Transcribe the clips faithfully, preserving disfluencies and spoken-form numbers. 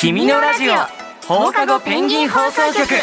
君のラジオ放課後ペンギン放送局。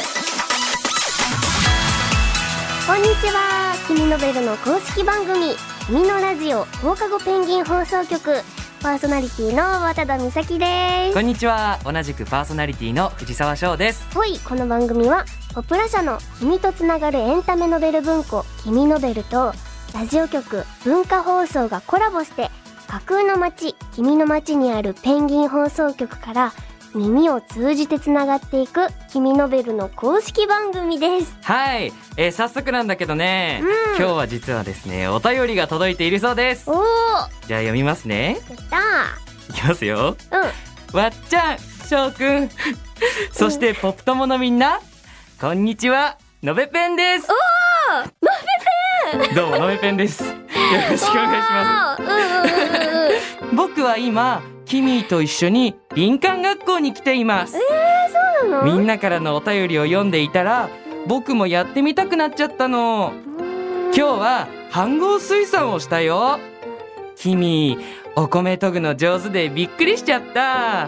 こんにちは。君のベルの公式番組君のラジオ放課後ペンギン放送局パーソナリティの渡田美咲です。 こんにちは。同じくパーソナリティの藤沢翔です。 ほい、この番組はポプラ社の君とつながるエンタメノベル文庫君ノベルとラジオ局文化放送がコラボして架空の街君の街にあるペンギン放送局から耳を通じてつながっていく君ノベルの公式番組です。 はい、えー、早速なんだけどね、うん、今日は実はですねお便りが届いているそうです。 おー、 じゃあ読みますね。 やったー。いきますよ。 うん。 わっちゃん、しょうくんそしてポップ友のみんな、こんにちは。のべペンです。 おー、のべペン。 どうものべペンです。よろしくお願いします。うんうんうん、僕は今キミーと一緒に林間学校に来ています。 えー、そうなの？ みんなからのお便りを読んでいたら僕もやってみたくなっちゃったの。今日は飯盒水産をしたよ。キミー、お米研ぐの上手でびっくりしちゃった。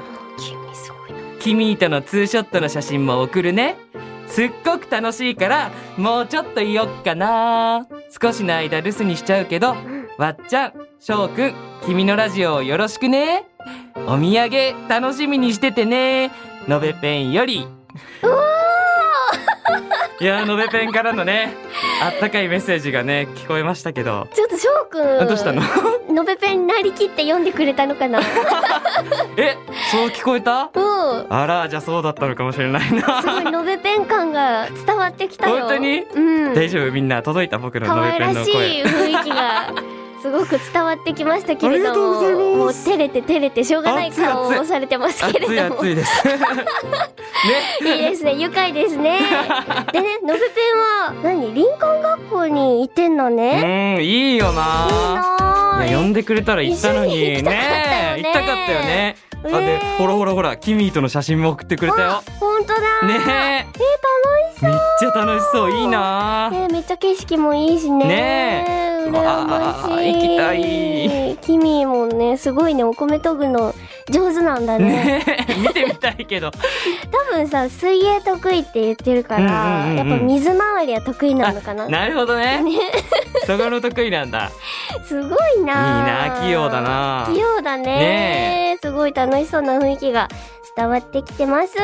キミすごいな。 キミーとのツーショットの写真も送るね。すっごく楽しいからもうちょっといよっかな。少しの間留守にしちゃうけど、うん、わっちゃん、しょうくん、君のラジオをよろしくね。お土産楽しみにしててね。のべペンより。 おーいやー、のべペンからのねあったかいメッセージがね聞こえましたけど、 ちょっとしょうくん、 どうしたの？ のべペンになりきって読んでくれたのかな？ え、そう聞こえた？ うん。 あら、じゃあそうだったのかもしれないな。 すごいのべペン感が伝わってきたよ。 本当に？ うん。 大丈夫？みんな届いた？僕ののべペンの声。可愛らしい雰囲気がすごく伝わってきましたけれども、もう照れて照れてしょうがない顔をされてますけれども、 熱い熱いですね。 いいですね、愉快ですね。でね、のべペンは何、林間学校に行ってんのね。 うん、いいよな。 いいな。 いや、呼んでくれたら行ったのに一緒に行きたかったよね。 行きたかったよね。 えー、 あ、で、ほらほらほら、キミーとの写真も送ってくれたよ。 本当だ。 ねえ。 えー、楽しそう。 めっちゃ楽しそう、いいな。 ね、めっちゃ景色もいいしね。 ねえ。 羨ましい。 行きたい。 キミもね、すごいね、お米研ぐの上手なんだね。 ね見てみたいけど。 多分さ、水泳得意って言ってるから、うんうんうんうん、やっぱ水回りは得意なのかな。 なるほどね。ねそこの得意なんだ。 すごいな。 いいな、器用だな。 器用だね。ね、すごい楽しそうな雰囲気が伝わってきてます。うん。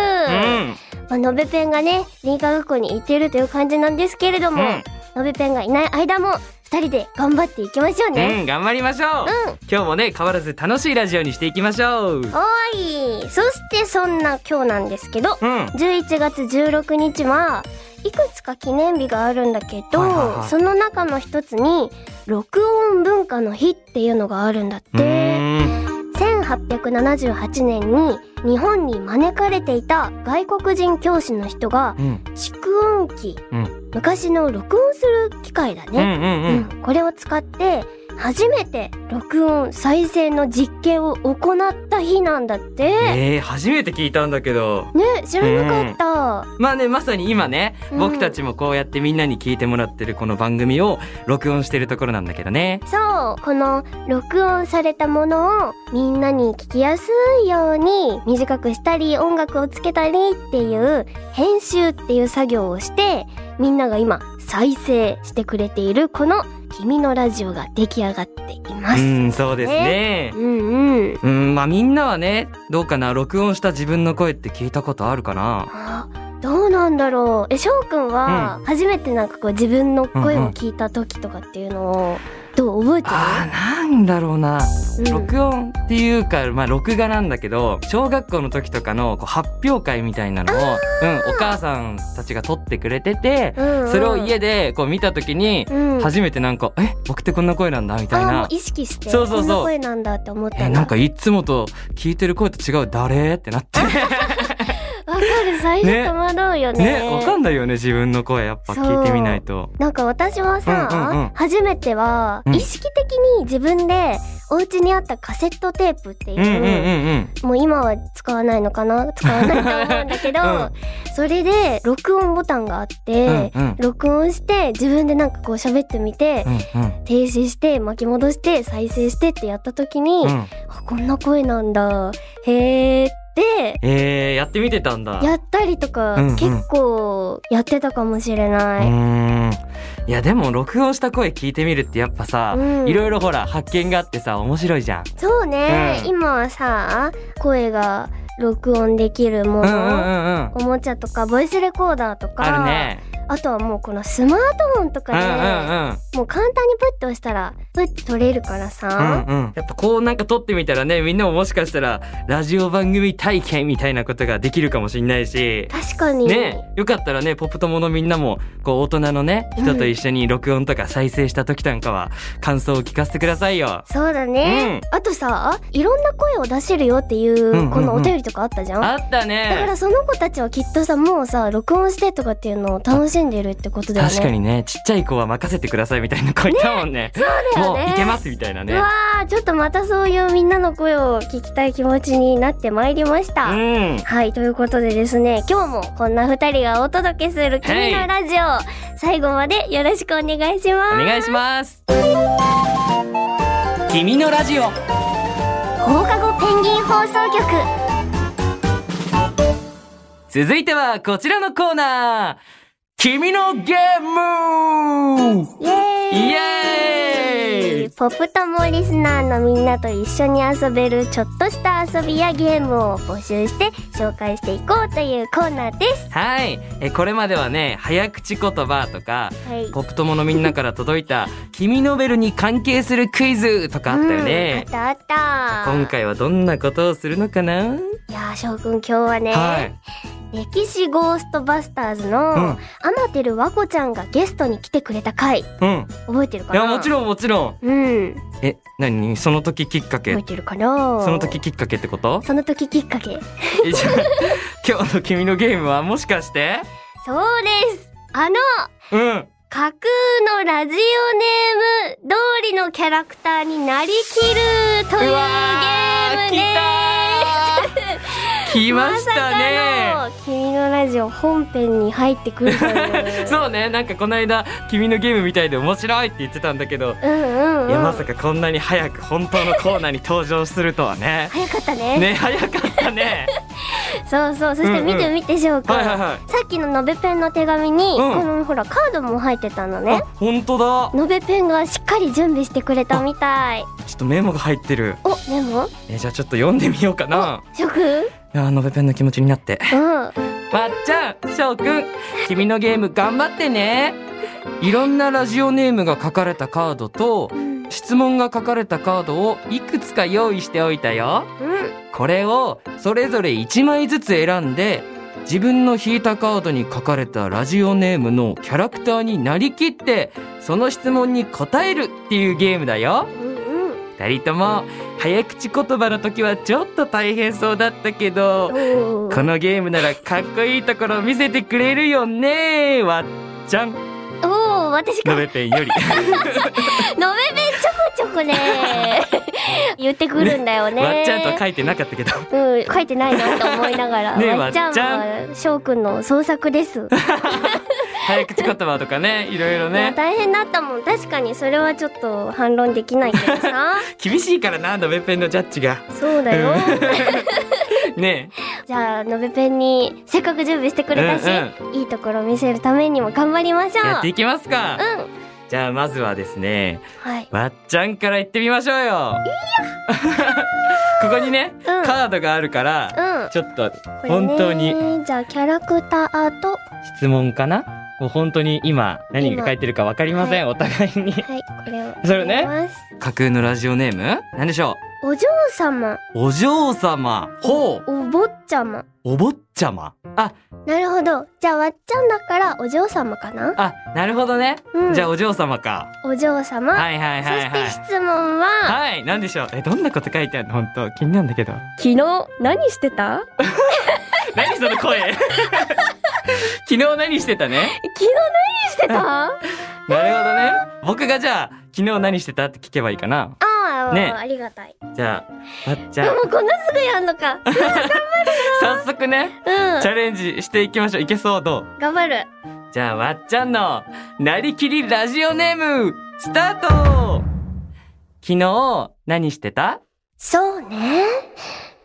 まあ、のべペンがね、林間学校に行ってるという感じなんですけれども、うん、のべペンがいない間も二人で頑張っていきましょうね。 うん、頑張りましょう。うん、今日もね、変わらず楽しいラジオにしていきましょう。 おい。そしてそんな今日なんですけど、うん、じゅういちがつじゅうろくにちはいくつか記念日があるんだけど、はいはいはい、その中の一つに録音文化の日っていうのがあるんだって。せんはっぴゃくななじゅうはちねんに日本に招かれていた外国人教師の人が、うん、蓄音機、うん、昔の録音する機械だね、うんうんうんうん、これを使って初めて録音再生の実験を行った日なんだって。 えー、初めて聞いたんだけどね、知らなかった、 うん、まあね、まさに今ね、うん、僕たちもこうやってみんなに聞いてもらってるこの番組を録音してるところなんだけどね。 そう、この録音されたものをみんなに聞きやすいように短くしたり音楽をつけたりっていう編集っていう作業をして、みんなが今再生してくれているこの君のラジオが出来上がっています。 うん、そうですね。 うんうん。 うん、まあみんなはね、どうかな、録音した自分の声って聞いたことあるかな。 あ、どうなんだろう。え、しょうくんは初めてなんかこう自分の声を聞いた時とかっていうのをどう覚えてる？ あー、なんだろうな、うん、録音っていうか、まあ録画なんだけど、小学校の時とかのこう発表会みたいなのを、うん、お母さんたちが撮ってくれてて、うんうん、それを家でこう見た時に、うん、初めてなんか、え、僕ってこんな声なんだみたいな。 あ、もう意識して、 そうそうそう、こんな声なんだって思ったんだ。 え、なんかいつもと聞いてる声と違う、誰ってなって。 わかる、最初戸惑うよね。 ね、わかんないよね、自分の声やっぱ聞いてみないと。 なんか私はさ、うんうんうん、初めては意識的に自分でお家にあったカセットテープっていう、うんうんうんうん、もう今は使わないのかな、使わないと思うんだけど、うん、それで録音ボタンがあって、うんうん、録音して自分でなんかこう喋ってみて、うんうん、停止して巻き戻して再生してってやった時に、うん、あ、こんな声なんだ、へーって、 えー、やってみてたんだ。 やったりとか、うんうん、結構やってたかもしれない。 うーん、いやでも録音した声聞いてみるってやっぱさ、うん、いろいろほら発見があってさ面白いじゃん。 そうね、うん、今はさ声が録音できるもの、うんうんうん、おもちゃとかボイスレコーダーとかあるね。 あとはもうこのスマートフォンとかで、うんうんうん、もう簡単にプッと押したらプッて撮れるからさ、 うんうん、やっぱこうなんか撮ってみたらね、みんなももしかしたらラジオ番組体験みたいなことができるかもしれないし、 確かにね、よかったらねポップ友のみんなもこう大人のね人と一緒に録音とか再生した時なんかは感想を聞かせてくださいよ。 そうだね、うん、あとさいろんな声を出せるよっていうこのお便りとかあったじゃん、うんうんうん、 あったね。 だからその子たちはきっとさもうさ録音してとかっていうのを楽しんでるってことだよね。 確かにね、ちっちゃい子は任せてくださいみたいな子いたもんね。 ね、そうだよね。 もういけますみたいなね。 うわー、ちょっとまたそういうみんなの声を聞きたい気持ちになってまいりました、うん、はい、ということでですね、今日もこんな二人がお届けする君のラジオ、最後までよろしくお願いします。 お願いします。君のラジオ放課後ペンギン放送局。 続いてはこちらのコーナー、君のゲーム。 イエーイ、 イエーイ。 ポップ友リスナーのみんなと一緒に遊べるちょっとした遊びやゲームを募集して紹介していこうというコーナーです。 はい、えこれまではね早口言葉とか、はい、ポップ友のみんなから届いた君のベルに関係するクイズとかあったよね、 うん、あったあった。 今回はどんなことをするのかな。 いやー、しょうくん今日はね、はい、歴史ゴーストバスターズの、うん、アマテルワコちゃんがゲストに来てくれた回、うん、覚えてるかな。 いやもちろんもちろん、うん、え、何その時きっかけ。 覚えてるかな。 その時きっかけってこと。 その時きっかけえ、じゃあ今日の君のゲームはもしかして。 そうです、あの、うん、架空のラジオネーム通りのキャラクターになりきるというゲームです。 来ましたね。 まさかの君のラジオ本編に入ってくるというそうね、なんかこの間君のゲームみたいで面白いって言ってたんだけど、うんうんうん、いやまさかこんなに早く本当のコーナーに登場するとはね。 早かったね。 ね、早かったね。 そうそう、そして見て見てしょうか、はいはいはい、さっきののべペンの手紙に、うん、このほらカードも入ってたのね。 本当だ。 のべペンがしっかり準備してくれたみたい。 ちょっとメモが入ってる。 お、メモ。 え、じゃあちょっと読んでみようかな。 しょうくん、 いや、のべペンの気持ちになって、うん、わっちゃん、しょうくん、君のゲーム頑張ってね。いろんなラジオネームが書かれたカードと、うん、質問が書かれたカードをいくつか用意しておいたよ、うん、これをそれぞれいちまいずつ選んで、自分の引いたカードに書かれたラジオネームのキャラクターになりきってその質問に答えるっていうゲームだよ、うんうん、ふたりとも早口言葉の時はちょっと大変そうだったけど、このゲームならかっこいいところを見せてくれるよね、わっちゃん。 おー、私か。 のべペンよりのべペンちょこちょこね言ってくるんだよね。 わっちゃんとは書いてなかったけど、 うん、書いてないなと思いながらね、わっちゃんはしょうくんの創作です早口言葉とかね、いろいろね。 大変だったもん。確かにそれはちょっと反論できないけどさ厳しいからな、のべペンのジャッジが。 そうだよねえ、 じゃあのべペンにせっかく準備してくれたし、うんうん、いいところを見せるためにも頑張りましょう。 やっていきますか。 うん。 じゃあまずはですね、はい、わっちゃんから行ってみましょうよ。ここにね、うん、カードがあるから、うん、ちょっと本当に、 じゃあキャラクターと質問かな。もう本当に今何が書いてるか分かりません、はい、お互いに。はい、 これをそれね、架空のラジオネームなんでしょう。お嬢様。 お嬢様。ほう。 お坊ちゃま。 お坊ちゃま。あ、 なるほど。じゃあわっちゃんだからお嬢様かな。 あ、なるほどね、うん、じゃあお嬢様か。 お嬢様。 はいはいはいはい。 そして質問は、 はい、なんでしょう。え、どんなこと書いてあるの。本当気になるんだけど。 昨日何してた何その声昨日何してたね。 昨日何してたなるほどね。僕がじゃあ昨日何してたって聞けばいいかな。 ああ、ね、ありがたい。 じゃあわっちゃん、 もうこんなすぐやんのか。頑張る早速ね、うん、チャレンジしていきましょう。いけそう。どう。 頑張る。 じゃあわっちゃんのなりきりラジオネームスタート。昨日何してた。 そうね、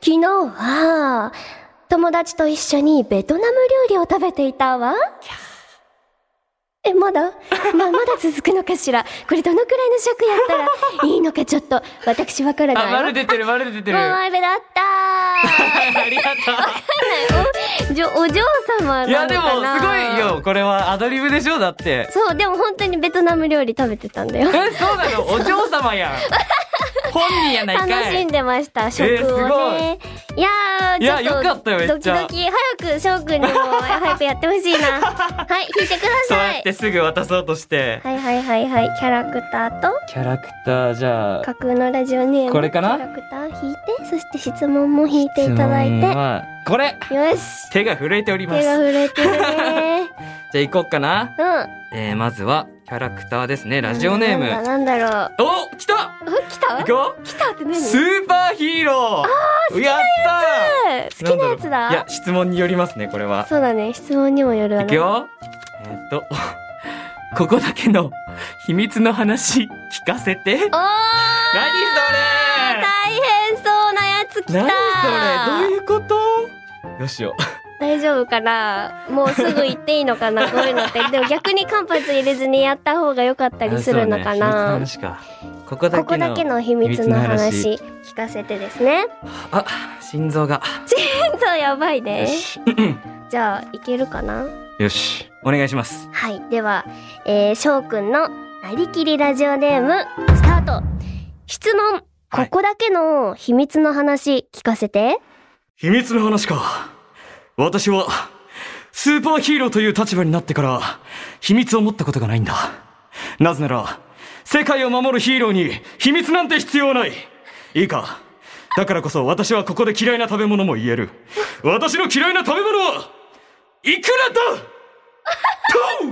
昨日は、友達と一緒にベトナム料理を食べていたわ。え、まだま、まだ続くのかしら。これどのくらいの尺やったらいいのかちょっと、私わからないあ、 わ。 丸出てる、丸出てる。 もう丸だったー。 ありがとう。 わかんない。お、じょ、お嬢様なのかな。 いや、でも、すごいよ。これはアドリブでしょだって。 そう、でも本当にベトナム料理食べてたんだよ。 え、そうなの？お嬢様やん。本人やないかい。 楽しんでました、食をね。 えー、すごい。 いやー、ちょっといや、よかったよ、めっちゃ。 ドキドキ、早く翔くんにも早くやってほしいな。はい、引いてくだそうさい。 やってすぐ渡そうとして。 はいはいはいはい。キャラクターとキャラクター、じゃあ。 架空のラジオネーム。 これかな？ キャラクター引いて、そして質問も引いていただいて。 質問はこれ。 よし。 手が震えております。 手が震えてるね。 じゃあ行こっかな。 うん。 えー、まずは、キャラクターですね。ラジオネーム。 なんだなんだろう。 お、来た！ お、来た？ 行こう。 来たって何？ スーパーヒーロー。あー、好きなやつ。 好きなやつだ。 いや、質問によりますね、これは。 そうだね、質問にもよるわね。 いくよ。えーっと、ここだけの秘密の話聞かせて。 おー、何それ？大変そうなやつ来た。 何それ？どういうこと？どうしよう。 大丈夫かな？もうすぐ言っていいのかな？こういうのって。でも逆に間髪入れずにやった方が良かったりするのかな？ ね、秘密の話か。ここだけの、 ここだけの秘密の話聞かせてですね。 あ、心臓が。 心臓やばいね。 よし。 じゃあ、いけるかな？ よし。お願いします。 はい。では、えー、翔くんのなりきりラジオネーム、スタート。質問。ここだけの秘密の話聞かせて。 秘密の話か。私は、スーパーヒーローという立場になってから、秘密を持ったことがないんだ。なぜなら、世界を守るヒーローに秘密なんて必要ない。いいか。だからこそ私はここで嫌いな食べ物も言える。私の嫌いな食べ物は、イクラだとう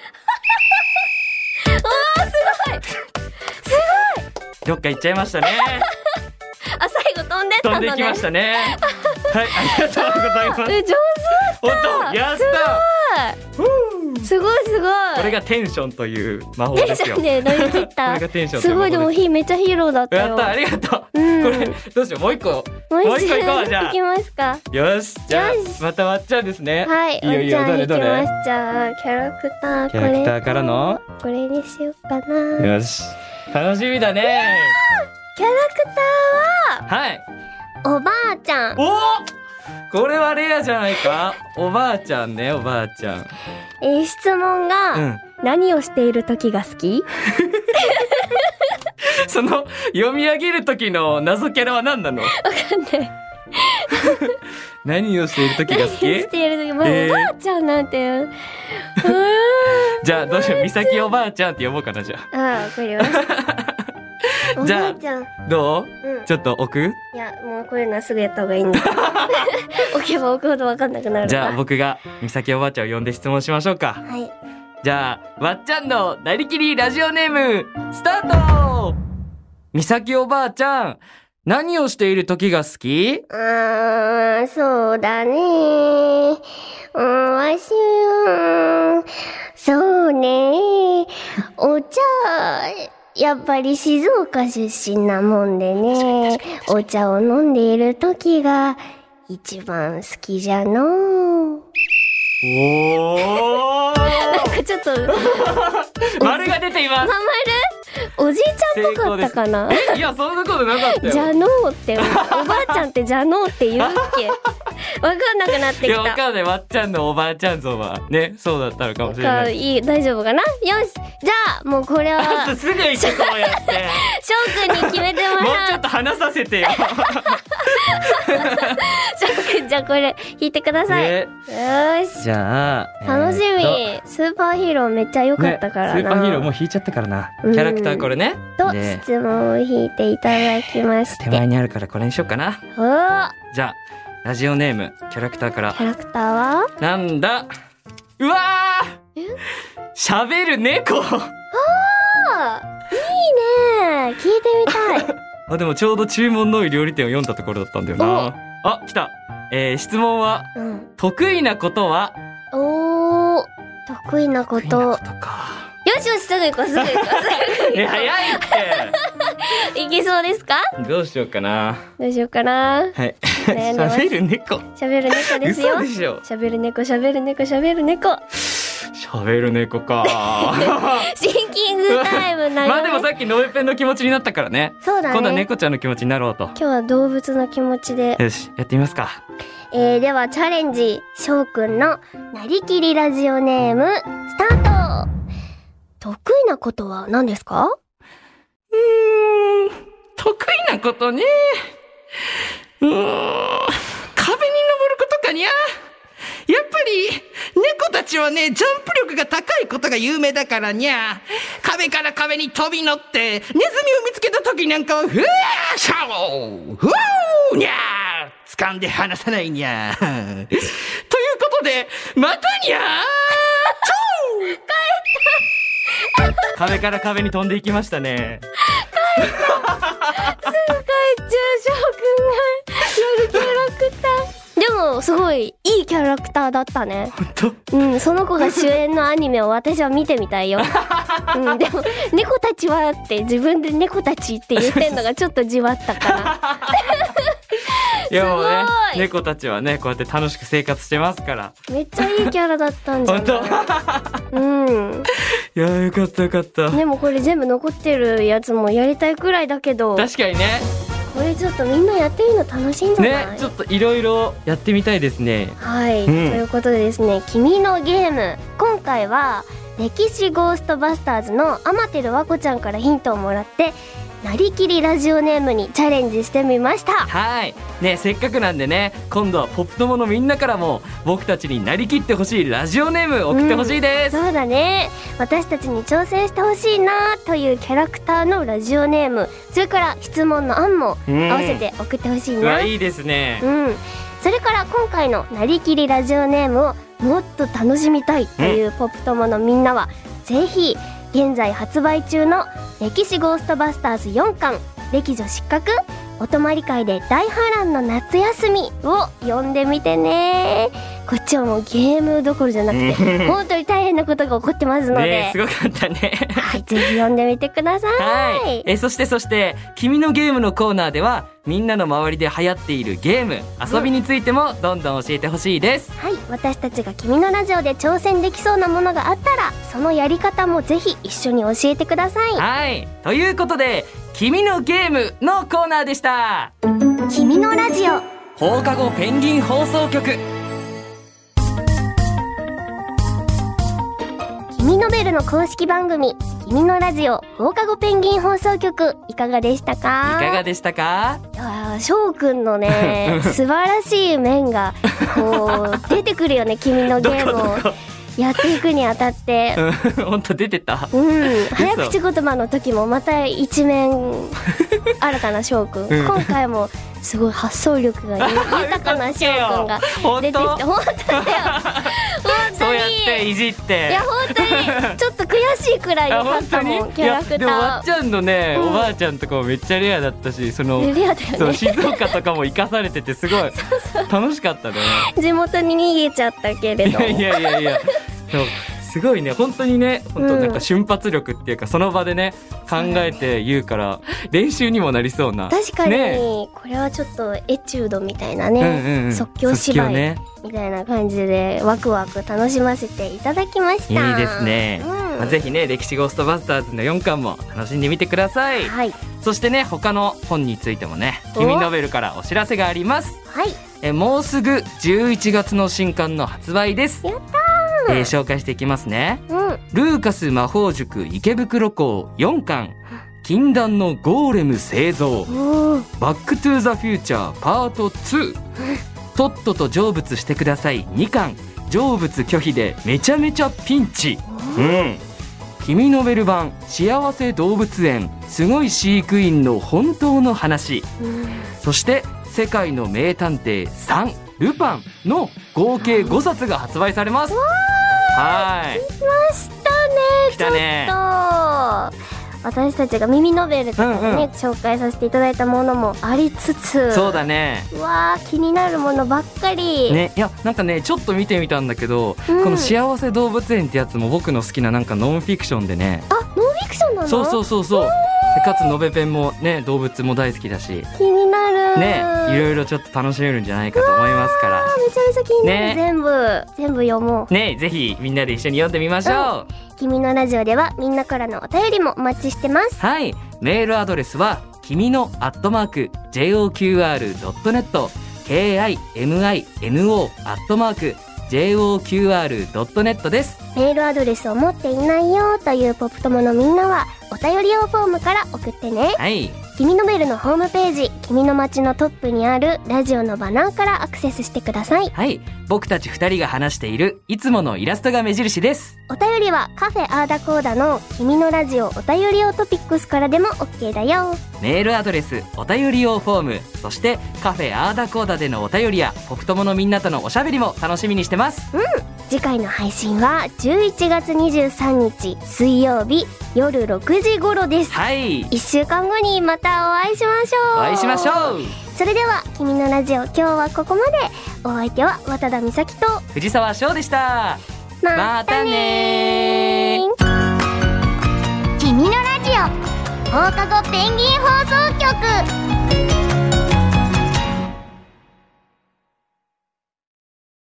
おー、すごいすごいどっか行っちゃいましたね。 あ、最後飛んでったのね。 飛んできましたね。はい、ありがとうございます。 え、上手だった。 本当、やったすごいすごい。 これがテンションという魔法ですよ。 テンションで乗り切った。 これがテンションという魔法です。 すごい、でもヒーめっちゃヒーローだったよ。 やった、ありがとう。 うん、 これどうしよう、もう一個もう一個行こう。じゃあ行きますか。 よし、じゃあまたわっちゃんですね。 はい、 いいよいいよ、どれどれ。 じゃあキャラクター、 キャラクターからのこれにしようかな。 よし、楽しみだね。 キャラクターは、 はい、 おばあちゃん。 お、これはレアじゃないか。おばあちゃんね、おばあちゃん。 えー、質問が、うん、何をしている時が好き？ その読み上げる時の謎キャラは何なの？わかんない。 何をしている時が好き？ 何をしている時、まあ、えー、おばあちゃんなんて。 じゃあどうしよう、美咲おばあちゃんって呼ぼうかな、じゃあ。 ああ、わかりました。 じゃあどう、 うん、 ちょっと置く？ いや、もうこういうのはすぐやった方がいいんだ。置けば置くほど分かんなくなる。 じゃあ僕が美咲おばあちゃんを呼んで質問しましょうか。 はい。 じゃあわっちゃんのなりきりラジオネームスタート。美咲おばあちゃん、何をしている時が好き？ あー、そうだねー。うん、わしは、そうねー。お茶、やっぱり静岡出身なもんでね、お茶を飲んでいる時が一番好きじゃのー。 おーなんかちょっと丸が出ています。 丸おじいちゃんっぽかったかな。 いや、そんなことなかったよ。 じゃのーっておばあちゃんってじゃのーって言うっけ？わかんなくなってきた。 いや、わかんない。わっちゃんのおばあちゃん像はね、そうだったのかもしれない。 いい、大丈夫かな。よし、じゃあもうこれはすぐ行ってこうやって翔くんに決めてもらう。 もうちょっと話させてよ。 翔くん、じゃあこれ引いてください、ね、よし、 じゃあ楽しみ、えー、スーパーヒーローめっちゃ良かったからな、ね、 スーパーヒーローもう引いちゃったからな、キャラクターこれねと質問を引いていただきまして、 手前にあるからこれにしようかな。 お、 じゃあラジオネームキャラクターから。 キャラクターはなんだ、うわー、喋る猫。 あー、いいね、聞いてみたい。 あ、でもちょうど注文の多い料理店を読んだところだったんだよな。あ、来た。えー、質問は、うん、得意なことは？ おー、得意なこと。 得意なことか。 よしよし、すぐ行こう、すぐ行こう。 え、早いって。 いけそうですか？ どうしようかな。 どうしようかな。 はい。 悩んでます。 喋る猫。 喋る猫ですよ。 嘘でしょ。 喋る猫、喋る猫、喋る猫。 喋る猫か。 シンキングタイムな。 まあでもさっきノエペンの気持ちになったからね。 そうだね。 今度は猫ちゃんの気持ちになろうと。 今日は動物の気持ちで。 よし、やってみますか。 えー、ではチャレンジ、しょうくんのなりきりラジオネームスタート。得意なことは何ですか？ うーん、得意なことね。うーん、壁に登ることかにゃ。やっぱり猫たちはね、ジャンプ力が高いことが有名だからにゃ。壁から壁に飛び乗ってネズミを見つけた時なんかはふわーシャオふわーにゃー掴んで離さないにゃ。ということでまたにゃーチョー壁から壁に飛んでいきましたね。 すぐ帰っちゃうしょうくんがやるキャラクター。でもすごいいいキャラクターだったね。 本当？ うん、その子が主演のアニメを私は見てみたいよ。うん、でも猫たちはって自分で猫たちって言ってんのがちょっとじわったから。 いやもうね、猫たちはねこうやって楽しく生活してますから。 めっちゃいいキャラだったんじゃない？ 本当？ うん。 いやよかったよかった。 でもこれ全部残ってるやつもやりたいくらいだけど。 確かにね。 これちょっとみんなやってみるの楽しいんじゃない？ ね、ちょっといろいろやってみたいですね。 はい、 うん、 ということでですね、君のゲーム、今回は歴史ゴーストバスターズのアマテルワコちゃんからヒントをもらってなりきりラジオネームにチャレンジしてみました。 はいね、せっかくなんでね、今度はポップ友のみんなからも僕たちになりきってほしいラジオネーム送ってほしいです、 うん、そうだね。私たちに挑戦してほしいなというキャラクターのラジオネーム、それから質問の案も合わせて送ってほしいな、 うん、いいですね、 うん、それから今回のなりきりラジオネームをもっと楽しみたいというポップ友のみんなは、うん、ぜひ現在発売中の歴史ゴーストバスターズよんかん歴女失格お泊まり会で大波乱の夏休みを読んでみてね。こっちはもうゲームどころじゃなくて本当に大変なことが起こってますので、 ね、すごかったねはい、ぜひ読んでみてください。 はい、えそしてそして君のゲームのコーナーではみんなの周りで流行っているゲーム遊びについてもどんどん教えてほしいです、 はい、私たちが君のラジオで挑戦できそうなものがあったらそのやり方もぜひ一緒に教えてください。 はい、ということで君のゲームのコーナーでした。 君のラジオ放課後ペンギン放送局。 君のベルの公式番組君のラジオ放課後ペンギン放送局いかがでしたか？ いかがでしたか？ いや翔くんのね素晴らしい面がこう出てくるよね。君のゲームをやっていくにあたって本当出てた。 うん早口言葉の時もまた一面新たな翔くん、うん、今回もすごい発想力が豊かな翔くんが出てきて本当だよそうやっていじって、 いや本当にちょっと悔しいくらい良かったもんキャラクター。 でもわっちゃんのね、うん、おばあちゃんとかもめっちゃレアだったし、そのレアだよね。 そう静岡とかも生かされててすごい楽しかったね。 地元に逃げちゃったけれどいやいやいやそうすごいね本当にね本当なんか瞬発力っていうか、うん、その場でね考えて言うから練習にもなりそうな。 確かに、ね、これはちょっとエチュードみたいなね、うんうんうん、即興芝居、ね、みたいな感じでワクワク楽しませていただきました。 いいですね、うんまあ、ぜひね歴史ゴーストバスターズのよんかんも楽しんでみてください、はい、そしてね他の本についてもね君ノベルからお知らせがあります。 はい、 えもうすぐじゅういちがつの新刊の発売です。 やったー、 えー、紹介していきますね、 うん、 ルーカス魔法塾池袋校よんかん禁断のゴーレム製造バックトゥーザフューチャーパートツーとっとと成仏してくださいにかん成仏拒否でめちゃめちゃピンチ、うん、君ノベル版幸せ動物園すごい飼育員の本当の話、うん、そして世界の名探偵さんルパンの合計ごさつが発売されます。はい来ましたね。 来たね。 ちょっと私たちが耳ノベルとかでね、うんうん、紹介させていただいたものもありつつ、 そうだね。 うわー気になるものばっかりね。いやなんかねちょっと見てみたんだけど、うん、この幸せ動物園ってやつも僕の好きななんかノンフィクションでね。 あノンフィクションなの？ そうそうそうそう。 かつのべペンもね動物も大好きだし気になるね、いろいろちょっと楽しめるんじゃないかと思いますから。 めちゃめちゃ気になる、ね、全部全部読もうね。ぜひみんなで一緒に読んでみましょう、うん、 君のラジオではみんなからのお便りもお待ちしてます。 はい、メールアドレスは君のアットマーク ジェイオーキューアールドットネット ケーアイエムアイエヌオー アットマーク ジェイオーキューアールドットネット です。 メールアドレスを持っていないよというポップ友のみんなはお便り用フォームから送ってね。 はい、 君のベルのホームページ君の街のトップにあるラジオのバナーからアクセスしてください。 はい、僕たちふたりが話しているいつものイラストが目印です。 お便りはカフェアーダコーダの君のラジオお便り用トピックスからでも OK だよ。 メールアドレス、お便り用フォーム、そしてカフェアーダコーダでのお便りやポップ友のみんなとのおしゃべりも楽しみにしてます。 うん、次回の配信はじゅういちがつにじゅうさんにち水曜日夜ろくじ頃です。 はい、 いっしゅうかんごにまたお会いしましょう。 お会いしましょう。 それでは君のラジオ今日はここまで。お相手は渡田美咲と藤沢翔でした。 またねー。君のラジオ放課後ペンギン放送局。